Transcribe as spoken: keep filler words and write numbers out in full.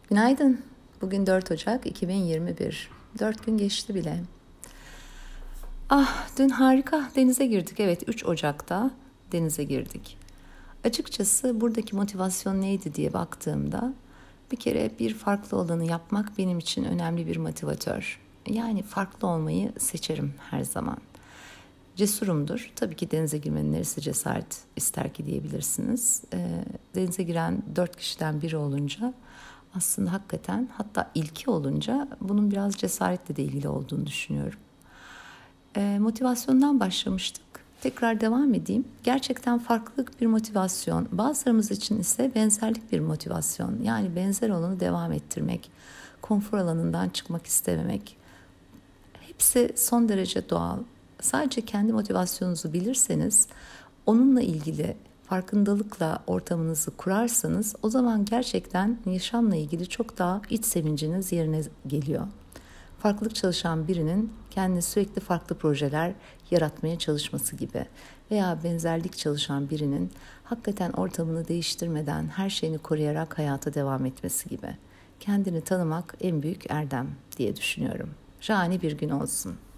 Günaydın. Bugün dört Ocak iki bin yirmi bir. dört gün geçti bile. Ah, dün harika denize girdik. Evet, üç Ocak'ta denize girdik. Açıkçası buradaki motivasyon neydi diye baktığımda bir kere bir farklı olanı yapmak benim için önemli bir motivatör. Yani farklı olmayı seçerim her zaman. Cesurumdur. Tabii ki denize girmenin neresi cesaret ister ki diyebilirsiniz. E, denize giren dört kişiden biri olunca aslında hakikaten, hatta ilki olunca bunun biraz cesaretle de ilgili olduğunu düşünüyorum. E, motivasyondan başlamıştık. Tekrar devam edeyim. Gerçekten farklılık bir motivasyon. Bazılarımız için ise benzerlik bir motivasyon. Yani benzer olanı devam ettirmek, konfor alanından çıkmak istememek. Hepsi son derece doğal. Sadece kendi motivasyonunuzu bilirseniz, onunla ilgili farkındalıkla ortamınızı kurarsanız, o zaman gerçekten yaşamla ilgili çok daha iç sevinciniz yerine geliyor. Farklılık çalışan birinin kendine sürekli farklı projeler yaratmaya çalışması gibi veya benzerlik çalışan birinin hakikaten ortamını değiştirmeden her şeyini koruyarak hayata devam etmesi gibi. Kendini tanımak en büyük erdem diye düşünüyorum. Şahane bir gün olsun.